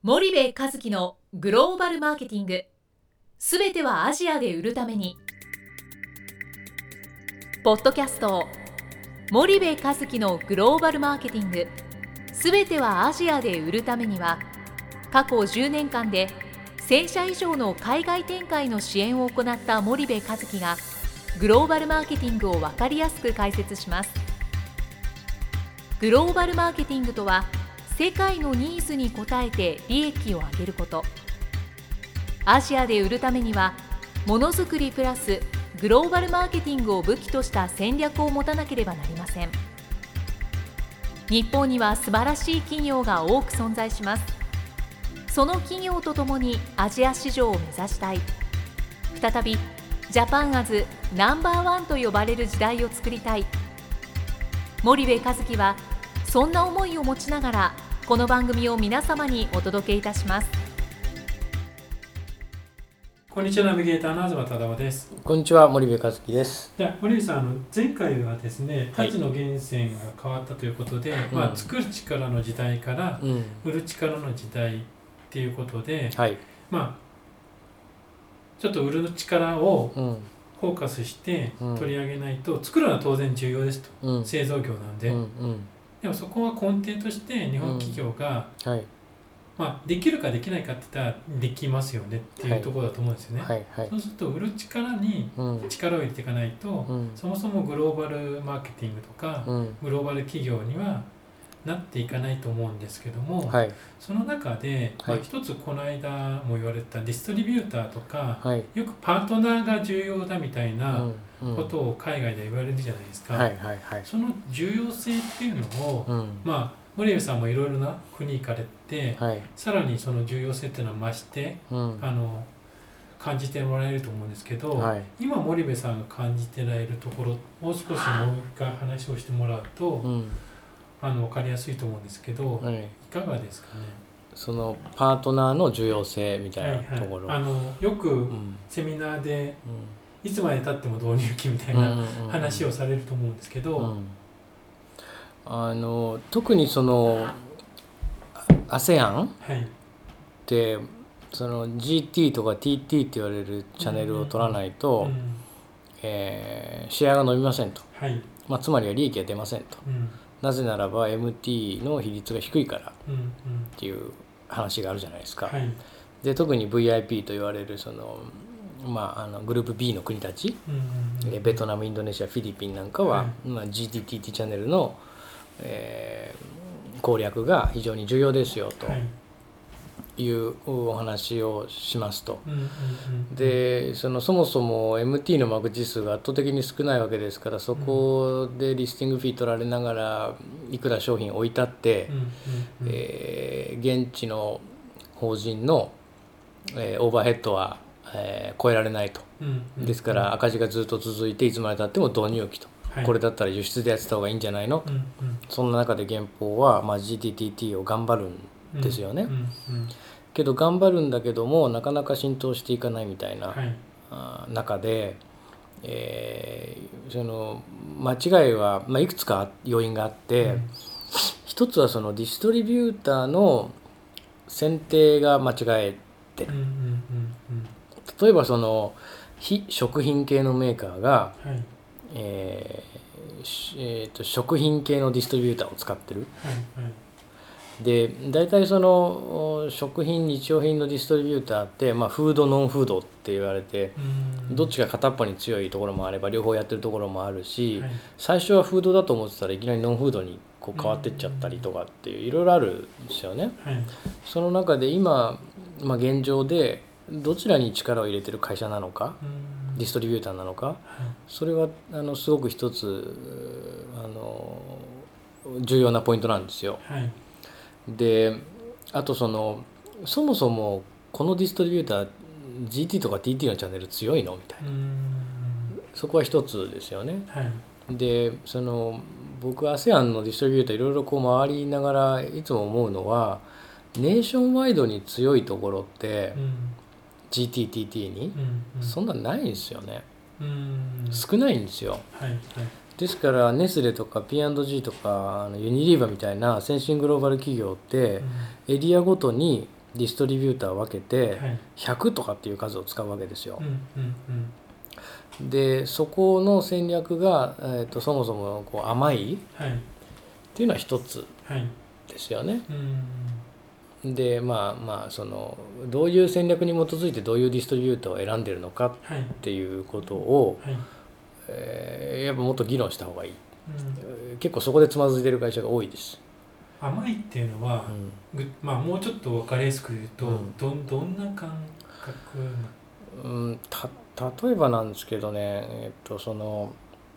森部一樹のグローバルマーケティング、すべてはアジアで売るために。ポッドキャスト森部一樹のグローバルマーケティング、すべてはアジアで売るためには、過去10年間で1000社以上の海外展開の支援を行った森部一樹がグローバルマーケティングを分かりやすく解説します。グローバルマーケティングとは、世界のニーズに応えて利益を上げること。アジアで売るためには、ものづくりプラスグローバルマーケティングを武器とした戦略を持たなければなりません。日本には素晴らしい企業が多く存在します。その企業とともにアジア市場を目指したい。再びジャパンアズナンバーワンと呼ばれる時代を作りたい。森部一樹はそんな思いを持ちながら、この番組を皆様にお届けいたします。 こんにちは、ナビゲーターの東忠夫です。 こんにちは、森部一樹です。 じゃあ森部さん、前回はですね、価値の源泉が変わったということで、作る力の時代から、売る力の時代っていうことで、ちょっと売る力をフォーカスして取り上げないと、作るのは当然重要ですと、製造業なんで、でもそこは根底として日本企業が、できるかできないかって言ったらできますよねっていうところだと思うんですよね。そうすると売る力に力を入れていかないと、そもそもグローバルマーケティングとか、グローバル企業にはなっていかないと思うんですけども、その中で、一つこの間も言われたディストリビューターとか、よくパートナーが重要だみたいなことを海外で言われるじゃないですか。その重要性っていうのを、森部さんもいろいろな国に行かれて、さらにその重要性っていうのは増して、感じてもらえると思うんですけど、今森部さんが感じてられるところを少しもう一回話をしてもらうと、分かりやすいと思うんですけど、いかがですかね。 そのパートナーの重要性みたいなところ、 よくセミナーで、いつまでたっても導入期みたいな話をされると思うんですけど、 特にその ASEAN ってその GT とか TT って言われるチャンネルを取らないと、シェアが伸びませんと、つまりは利益が出ませんと、なぜならば MT の比率が低いからっていう話があるじゃないですか。で特に VIP と言われるその、グループ B の国たち、ベトナム、インドネシア、フィリピンなんかは、GTTT チャンネルの、攻略が非常に重要ですよというお話をしますと。でそもそも MT の間口数が圧倒的に少ないわけですから、そこでリスティングフィー取られながらいくら商品置いたって、現地の法人の、オーバーヘッドは、超えられないと。ですから赤字がずっと続いて、いつまでたっても導入期と、これだったら輸出でやってた方がいいんじゃないの、そんな中で原稿は、GTTT を頑張るんですよね。けど頑張るんだけども、なかなか浸透していかないみたいな、中で、その間違いは、いくつか要因があって、一つはそのディストリビューターの選定が間違えてる。例えばその非食品系のメーカーが、食品系のディストリビューターを使ってる。で大体その食品日用品のディストリビューターって、フードノンフードって言われて、どっちが片っぽに強いところもあれば両方やってるところもあるし、最初はフードだと思ってたらいきなりノンフードにこう変わってっちゃったりとかっていういろいろあるんですよね。その中で今、現状でどちらに力を入れてる会社なのか、ディストリビューターなのか、それはすごく一つ重要なポイントなんですよ。であとそもそもこのディストリビューター GT とか TT のチャンネル強いのみたいな、そこは一つですよね。で僕 ASEAN のディストリビューターいろいろこう回りながらいつも思うのは、ネーションワイドに強いところって、GT、TT に、そんなないんですよね。少ないんですよ。ですからネスレとか P&G とかユニリーバみたいな先進グローバル企業って、エリアごとにディストリビューターを分けて100とかっていう数を使うわけですよ。でそこの戦略が、そもそもこう甘いっていうのは一つですよね。でそのどういう戦略に基づいてどういうディストリビューターを選んでるのかっていうことを、やっぱもっと議論した方がいい。結構そこでつまずいてる会社が多いです。 甘いっていうのは、もうちょっと分かりやすく言うと、どんな感覚？ 例えばなんですけどね、その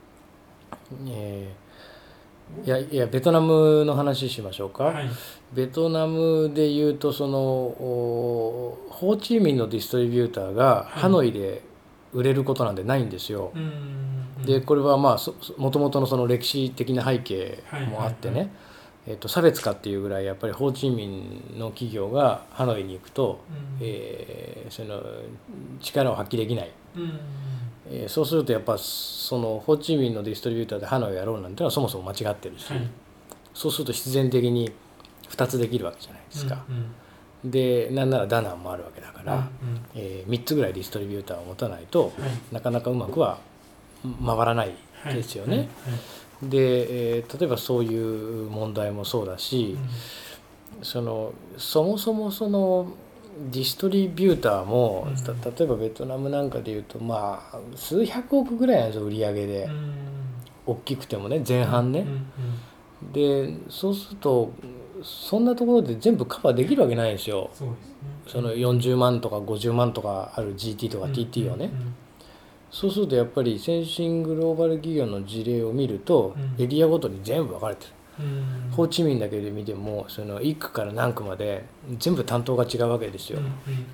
いやベトナムの話しましょうか。ベトナムでいうとそのホーチミンのディストリビューターがハノイで売れることなんてないんですよ。でこれはもともとのその歴史的な背景もあってね、差別化っていうぐらいやっぱりホーチミンの企業がハノイに行くと、その力を発揮できない。そうするとやっぱそのホーチミンのディストリビューターでハノイをやろうなんてのはそもそも間違ってるし、そうすると必然的に2つできるわけじゃないですか。でなんならダナンもあるわけだから、3つぐらいディストリビューターを持たないと、なかなかうまくは回らないですよね。で、例えばそういう問題もそうだし、そもそもそのディストリビューターも、例えばベトナムなんかでいうと数百億ぐらいなんですよ売り上げで、大きくてもね前半ね。でそうするとそんなところで全部カバーできるわけないんですよ。その40万とか50万とかある GT とか TT をね。そうするとやっぱり先進グローバル企業の事例を見ると、エリアごとに全部分かれてる。ホーチミンだけで見てもその1区から何区まで全部担当が違うわけですよ。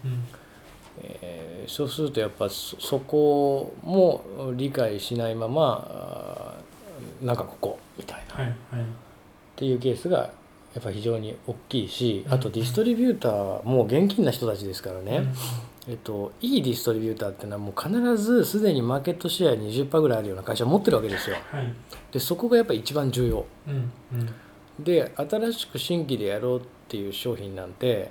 そうするとやっぱそこも理解しないままなんかここみたいな、っていうケースがやっぱり非常に大きいし、あとディストリビューターも現金な人たちですからね、いいディストリビューターっていうのはもう必ずすでにマーケットシェア 20% ぐらいあるような会社を持ってるわけですよ。でそこがやっぱり一番重要。で新しく新規でやろうっていう商品なんて、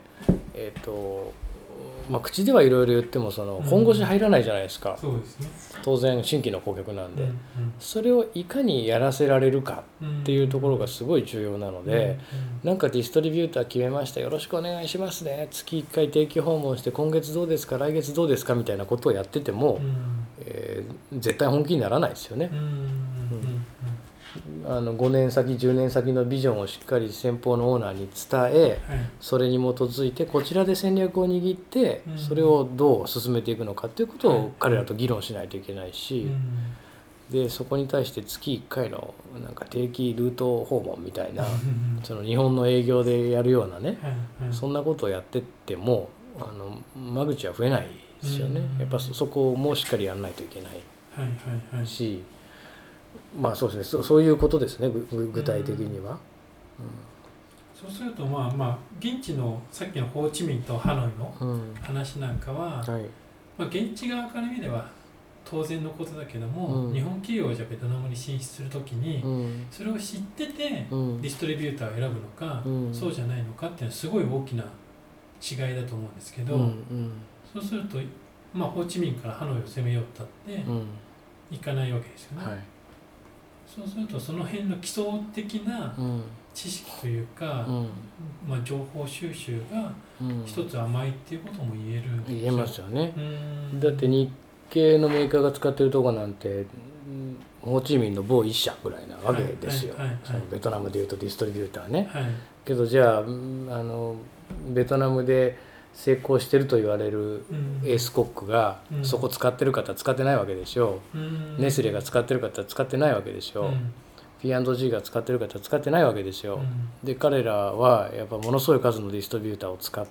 口ではいろいろ言ってもその本腰入らないじゃないですか。当然新規の顧客なんで、それをいかにやらせられるかっていうところがすごい重要なので、なんかディストリビューター決めました、よろしくお願いしますね、月1回定期訪問して今月どうですか来月どうですかみたいなことをやってても、絶対本気にならないですよね。5年先10年先のビジョンをしっかり先方のオーナーに伝え、それに基づいてこちらで戦略を握ってそれをどう進めていくのかということを彼らと議論しないといけないし、でそこに対して月1回のなんか定期ルート訪問みたいなその日本の営業でやるようなね、そんなことをやってっても間口は増えないですよね。やっぱそこもしっかりやらないといけないし、そうですね、そういうことですね、具体的には。 そうすると現地のさっきのホーチミンとハノイの話なんかは、現地側から見れば当然のことだけども、日本企業がじゃあベトナムに進出するときに、それを知っててディストリビューターを選ぶのか、そうじゃないのかっていうのはすごい大きな違いだと思うんですけど、そうすると、ホーチミンからハノイを攻めようったっていかないわけですよね。そうするとその辺の基礎的な知識というか、情報収集が一つ甘いっていうことも言えるんでしょう。 言えますよね。だって日系のメーカーが使ってるとこなんてホーチミンの某1社ぐらいなわけですよ。ベトナムでいうとディストリビューターね。けどじゃあベトナムで成功してると言われるエースコックがそこ使ってる方は使ってないわけでしょ。ネスレが使ってる方は使ってないわけでしょ。P&G が使ってる方は使ってないわけですよ。で彼らはやっぱものすごい数のディストリビューターを使って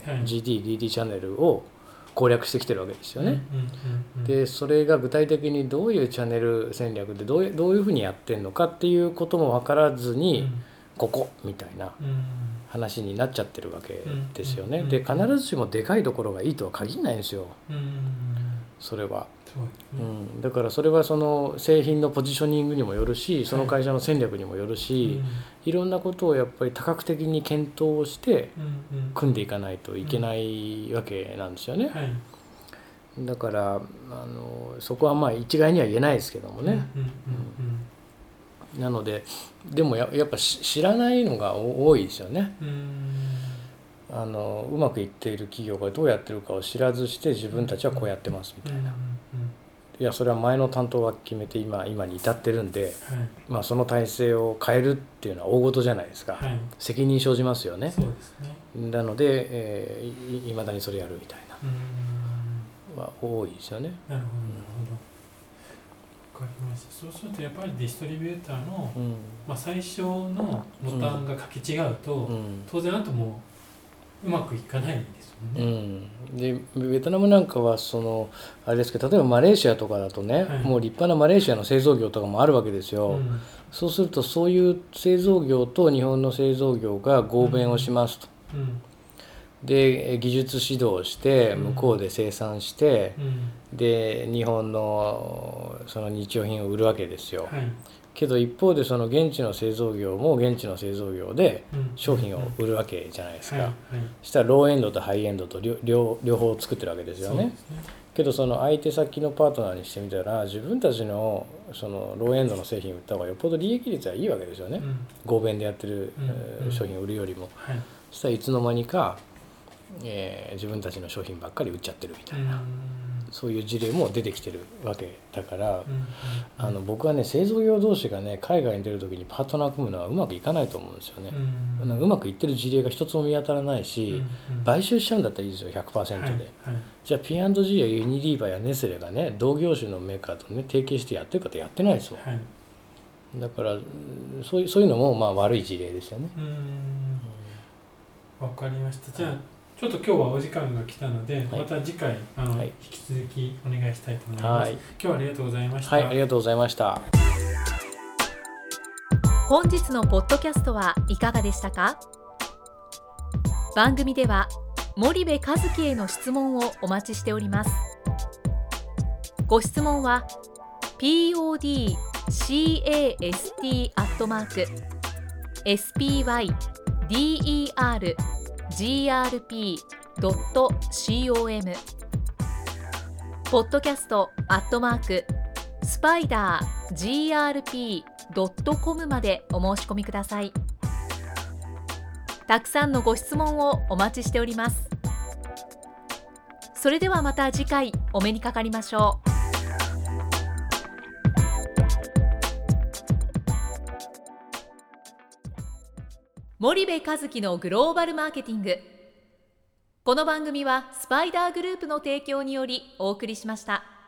GD、DD チャンネルを攻略してきてるわけですよね。でそれが具体的にどういうチャンネル戦略でどういうふうにやってんのかっていうことも分からずに、ここみたいな話になっちゃってるわけですよね。で必ずしもでかいところがいいとは限らないんですよ。 それは。 そうですね。 だからそれはその製品のポジショニングにもよるし、その会社の戦略にもよるし、いろんなことをやっぱり多角的に検討をして組んでいかないといけないわけなんですよね。だからそこはまあ一概には言えないですけどもね。なのででもやっぱ知らないのが多いですよね。うまくいっている企業がどうやってるかを知らずして自分たちはこうやってますみたいな。いやそれは前の担当が決めて今に至ってるんで、まあその体制を変えるっていうのは大事じゃないですか。責任生じますよね。 そうですね。 なのでいまだにそれやるみたいなは多いですよね。 なるほどなるほど。わかりました。そうするとやっぱりディストリビューターの、最初のボタンが書き違うと、当然あともうまくいかないんですもんね。 でベトナムなんかはあれですけど、例えばマレーシアとかだとね、もう立派なマレーシアの製造業とかもあるわけですよ。そうするとそういう製造業と日本の製造業が合弁をしますと。で技術指導をして向こうで生産して、で日本のその日用品を売るわけですよ。けど一方でその現地の製造業も現地の製造業で商品を売るわけじゃないですか。そしたらローエンドとハイエンドと両方作ってるわけですよね。けどその相手先のパートナーにしてみたら自分たちのそのローエンドの製品を売った方がよっぽど利益率はいいわけですよね。合弁でやってる商品を売るよりも。そしたらいつの間にか自分たちの商品ばっかり売っちゃってるみたいな、そういう事例も出てきてるわけだから、僕はね製造業同士がね海外に出る時にパートナー組むのはうまくいかないと思うんですよね。うまくいってる事例が一つも見当たらないし、買収しちゃうんだったらいいですよ 100% で。じゃあ P&G やユニリーバーやネスレがね同業種のメーカーとね提携してやってるかってやってないですよ。だからそういうのもまあ悪い事例ですよね。 わかりました。じゃあちょっと今日はお時間が来たので、また次回引き続きお願いしたいと思います。今日はありがとうございました。 ありがとうございました。 本日のポッドキャストはいかがでしたか？番組では森部一樹への質問をお待ちしております。ご質問は podcast@spydergrp.com podcast@spidergrp.com までお申し込みください。たくさんのご質問をお待ちしております。それではまた次回お目にかかりましょう。森部一樹のグローバルマーケティング。この番組はスパイダーグループの提供によりお送りしました。